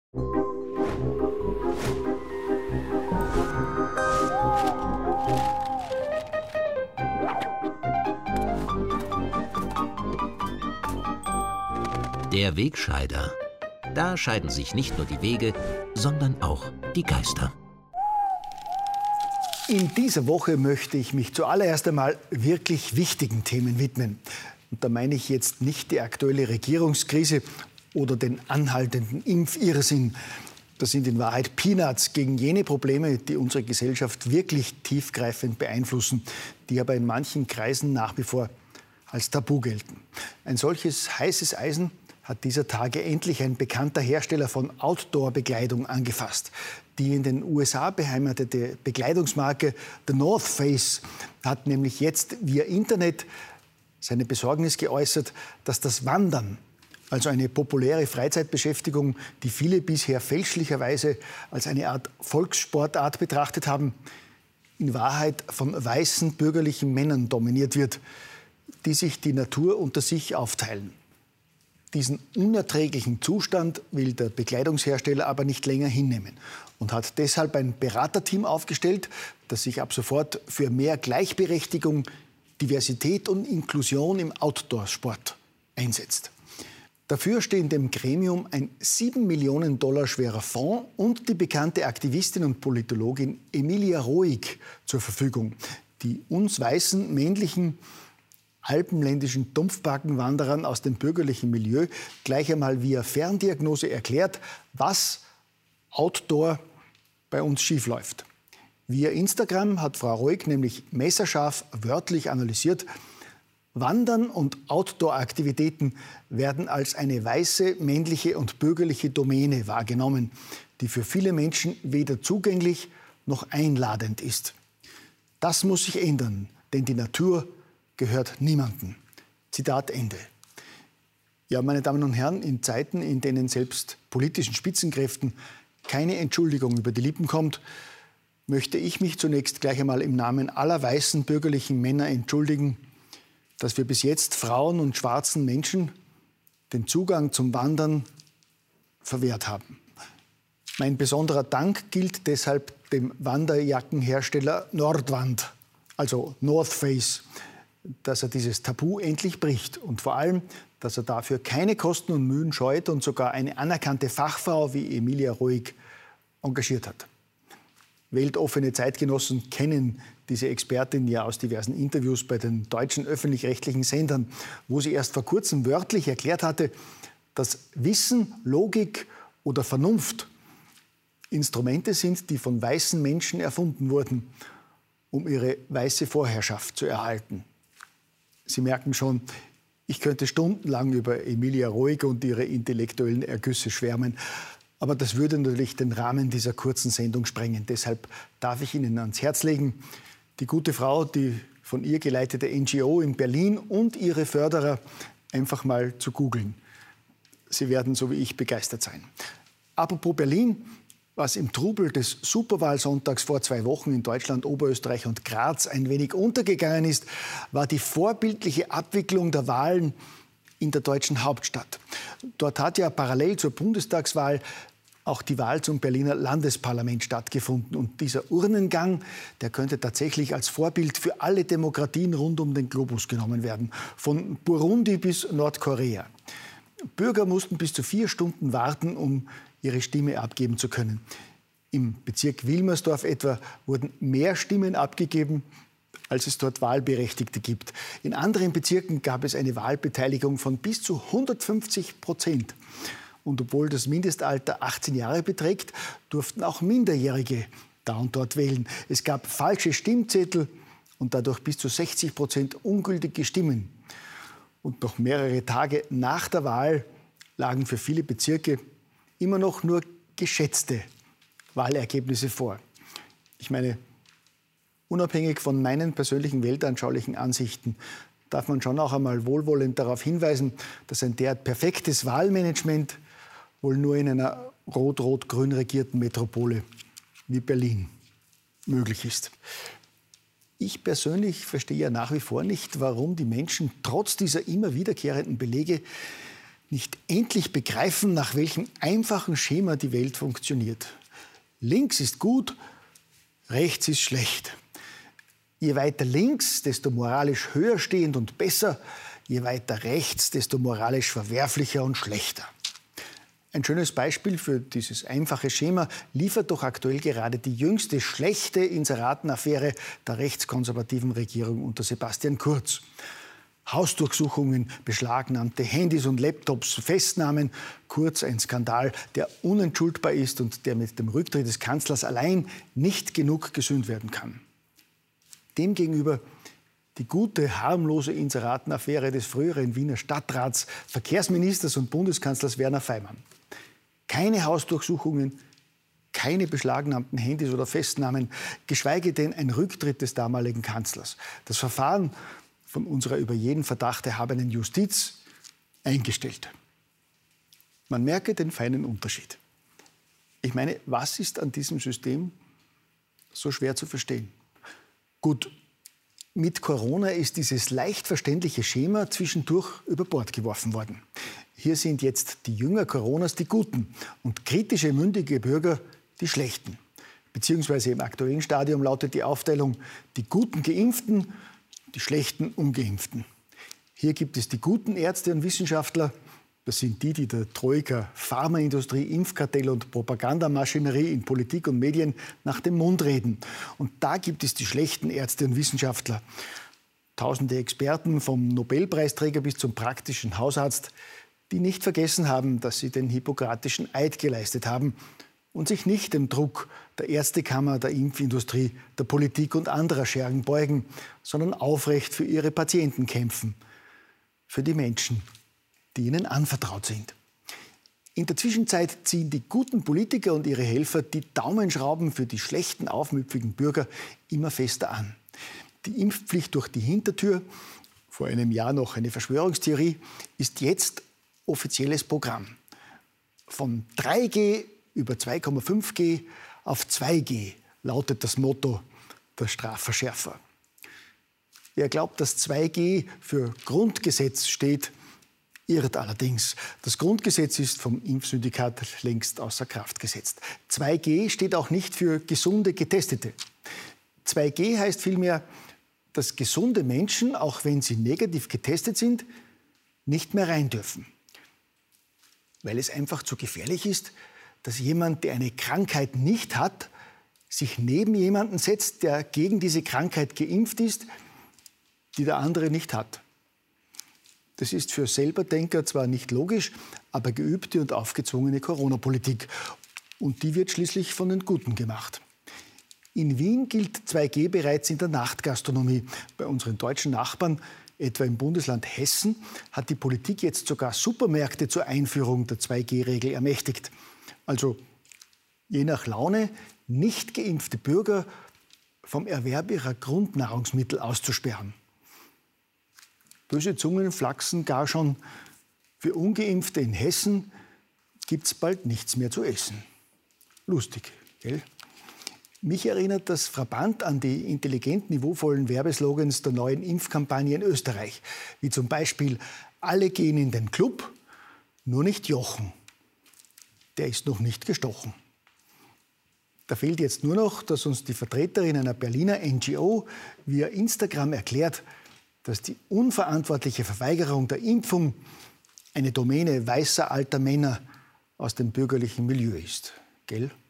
Der Wegscheider. Da scheiden sich nicht nur die Wege, sondern auch die Geister. In dieser Woche möchte ich mich zuallererst einmal wirklich wichtigen Themen widmen. Und da meine ich jetzt nicht die aktuelle Regierungskrise oder den anhaltenden Impfirrsinn. Das sind in Wahrheit Peanuts gegen jene Probleme, die unsere Gesellschaft wirklich tiefgreifend beeinflussen, die aber in manchen Kreisen nach wie vor als Tabu gelten. Ein solches heißes Eisen hat dieser Tage endlich ein bekannter Hersteller von Outdoor-Bekleidung angefasst. Die in den USA beheimatete Bekleidungsmarke The North Face hat nämlich jetzt via Internet seine Besorgnis geäußert, dass das Wandern, also eine populäre Freizeitbeschäftigung, die viele bisher fälschlicherweise als eine Art Volkssportart betrachtet haben, in Wahrheit von weißen bürgerlichen Männern dominiert wird, die sich die Natur unter sich aufteilen. Diesen unerträglichen Zustand will der Bekleidungshersteller aber nicht länger hinnehmen und hat deshalb ein Beraterteam aufgestellt, das sich ab sofort für mehr Gleichberechtigung, Diversität und Inklusion im Outdoor-Sport einsetzt. Dafür stehen dem Gremium ein 7 Millionen $ schwerer Fonds und die bekannte Aktivistin und Politologin Emilia Roig zur Verfügung, die uns weißen, männlichen, alpenländischen Tumpfbackenwanderern aus dem bürgerlichen Milieu gleich einmal via Ferndiagnose erklärt, was Outdoor bei uns schiefläuft. Via Instagram hat Frau Roig nämlich messerscharf wörtlich analysiert: Wandern und Outdoor-Aktivitäten werden als eine weiße, männliche und bürgerliche Domäne wahrgenommen, die für viele Menschen weder zugänglich noch einladend ist. Das muss sich ändern, denn die Natur gehört niemandem. Zitat Ende. Ja, meine Damen und Herren, in Zeiten, in denen selbst politischen Spitzenkräften keine Entschuldigung über die Lippen kommt, möchte ich mich zunächst gleich einmal im Namen aller weißen bürgerlichen Männer entschuldigen, dass wir bis jetzt Frauen und schwarzen Menschen den Zugang zum Wandern verwehrt haben. Mein besonderer Dank gilt deshalb dem Wanderjackenhersteller Nordwand, also North Face, dass er dieses Tabu endlich bricht und vor allem, dass er dafür keine Kosten und Mühen scheut und sogar eine anerkannte Fachfrau wie Emilia Roig engagiert hat. Weltoffene Zeitgenossen kennen diese Expertin ja aus diversen Interviews bei den deutschen öffentlich-rechtlichen Sendern, wo sie erst vor kurzem wörtlich erklärt hatte, dass Wissen, Logik oder Vernunft Instrumente sind, die von weißen Menschen erfunden wurden, um ihre weiße Vorherrschaft zu erhalten. Sie merken schon, ich könnte stundenlang über Emilia Roig und ihre intellektuellen Ergüsse schwärmen. Aber das würde natürlich den Rahmen dieser kurzen Sendung sprengen. Deshalb darf ich Ihnen ans Herz legen, die gute Frau, die von ihr geleitete NGO in Berlin und ihre Förderer einfach mal zu googeln. Sie werden, so wie ich, begeistert sein. Apropos Berlin, was im Trubel des Superwahlsonntags vor 2 Wochen in Deutschland, Oberösterreich und Graz ein wenig untergegangen ist, war die vorbildliche Abwicklung der Wahlen in der deutschen Hauptstadt. Dort hat ja parallel zur Bundestagswahl auch die Wahl zum Berliner Landesparlament stattgefunden. Und dieser Urnengang, der könnte tatsächlich als Vorbild für alle Demokratien rund um den Globus genommen werden. Von Burundi bis Nordkorea. Bürger mussten bis zu 4 Stunden warten, um ihre Stimme abgeben zu können. Im Bezirk Wilmersdorf etwa wurden mehr Stimmen abgegeben, als es dort Wahlberechtigte gibt. In anderen Bezirken gab es eine Wahlbeteiligung von bis zu 150%. Und obwohl das Mindestalter 18 Jahre beträgt, durften auch Minderjährige da und dort wählen. Es gab falsche Stimmzettel und dadurch bis zu 60% ungültige Stimmen. Und noch mehrere Tage nach der Wahl lagen für viele Bezirke immer noch nur geschätzte Wahlergebnisse vor. Ich meine, unabhängig von meinen persönlichen weltanschaulichen Ansichten darf man schon auch einmal wohlwollend darauf hinweisen, dass ein derart perfektes Wahlmanagement wohl nur in einer rot-rot-grün regierten Metropole wie Berlin möglich ist. Ich persönlich verstehe ja nach wie vor nicht, warum die Menschen trotz dieser immer wiederkehrenden Belege nicht endlich begreifen, nach welchem einfachen Schema die Welt funktioniert. Links ist gut, rechts ist schlecht. Je weiter links, desto moralisch höher stehend und besser. Je weiter rechts, desto moralisch verwerflicher und schlechter. Ein schönes Beispiel für dieses einfache Schema liefert doch aktuell gerade die jüngste schlechte Inseratenaffäre der rechtskonservativen Regierung unter Sebastian Kurz. Hausdurchsuchungen, beschlagnahmte Handys und Laptops, Festnahmen. Kurz ein Skandal, der unentschuldbar ist und der mit dem Rücktritt des Kanzlers allein nicht genug gesühnt werden kann. Demgegenüber die gute, harmlose Inseratenaffäre des früheren Wiener Stadtrats, Verkehrsministers und Bundeskanzlers Werner Faymann. Keine Hausdurchsuchungen, keine beschlagnahmten Handys oder Festnahmen, geschweige denn ein Rücktritt des damaligen Kanzlers. Das Verfahren von unserer über jeden Verdacht erhabenen Justiz eingestellt. Man merke den feinen Unterschied. Ich meine, was ist an diesem System so schwer zu verstehen? Gut, mit Corona ist dieses leicht verständliche Schema zwischendurch über Bord geworfen worden. Hier sind jetzt die Jünger Coronas die Guten und kritische, mündige Bürger die Schlechten. Beziehungsweise im aktuellen Stadium lautet die Aufteilung die guten Geimpften, die schlechten Ungeimpften. Hier gibt es die guten Ärzte und Wissenschaftler. Das sind die, die der Troika, Pharmaindustrie, Impfkartell und Propagandamaschinerie in Politik und Medien nach dem Mund reden. Und da gibt es die schlechten Ärzte und Wissenschaftler. Tausende Experten, vom Nobelpreisträger bis zum praktischen Hausarzt, die nicht vergessen haben, dass sie den hippokratischen Eid geleistet haben und sich nicht dem Druck der Ärztekammer, der Impfindustrie, der Politik und anderer Schergen beugen, sondern aufrecht für ihre Patienten kämpfen, für die Menschen, die ihnen anvertraut sind. In der Zwischenzeit ziehen die guten Politiker und ihre Helfer die Daumenschrauben für die schlechten, aufmüpfigen Bürger immer fester an. Die Impfpflicht durch die Hintertür, vor einem Jahr noch eine Verschwörungstheorie, ist jetzt offizielles Programm. Von 3G über 2,5G auf 2G lautet das Motto der Strafverschärfer. Wer glaubt, dass 2G für Grundgesetz steht, irrt allerdings. Das Grundgesetz ist vom Impfsyndikat längst außer Kraft gesetzt. 2G steht auch nicht für gesunde Getestete. 2G heißt vielmehr, dass gesunde Menschen, auch wenn sie negativ getestet sind, nicht mehr rein dürfen. Weil es einfach zu gefährlich ist, dass jemand, der eine Krankheit nicht hat, sich neben jemanden setzt, der gegen diese Krankheit geimpft ist, die der andere nicht hat. Das ist für Selberdenker zwar nicht logisch, aber geübte und aufgezwungene Corona-Politik. Und die wird schließlich von den Guten gemacht. In Wien gilt 2G bereits in der Nachtgastronomie. Bei unseren deutschen Nachbarn, etwa im Bundesland Hessen, hat die Politik jetzt sogar Supermärkte zur Einführung der 2G-Regel ermächtigt. Also je nach Laune nicht geimpfte Bürger vom Erwerb ihrer Grundnahrungsmittel auszusperren. Böse Zungen flachsen gar schon. Für Ungeimpfte in Hessen gibt es bald nichts mehr zu essen. Lustig, gell? Mich erinnert das frappant an die intelligent niveauvollen Werbeslogans der neuen Impfkampagne in Österreich. Wie zum Beispiel: Alle gehen in den Club, nur nicht Jochen. Der ist noch nicht gestochen. Da fehlt jetzt nur noch, dass uns die Vertreterin einer Berliner NGO via Instagram erklärt, dass die unverantwortliche Verweigerung der Impfung eine Domäne weißer alter Männer aus dem bürgerlichen Milieu ist. Gell?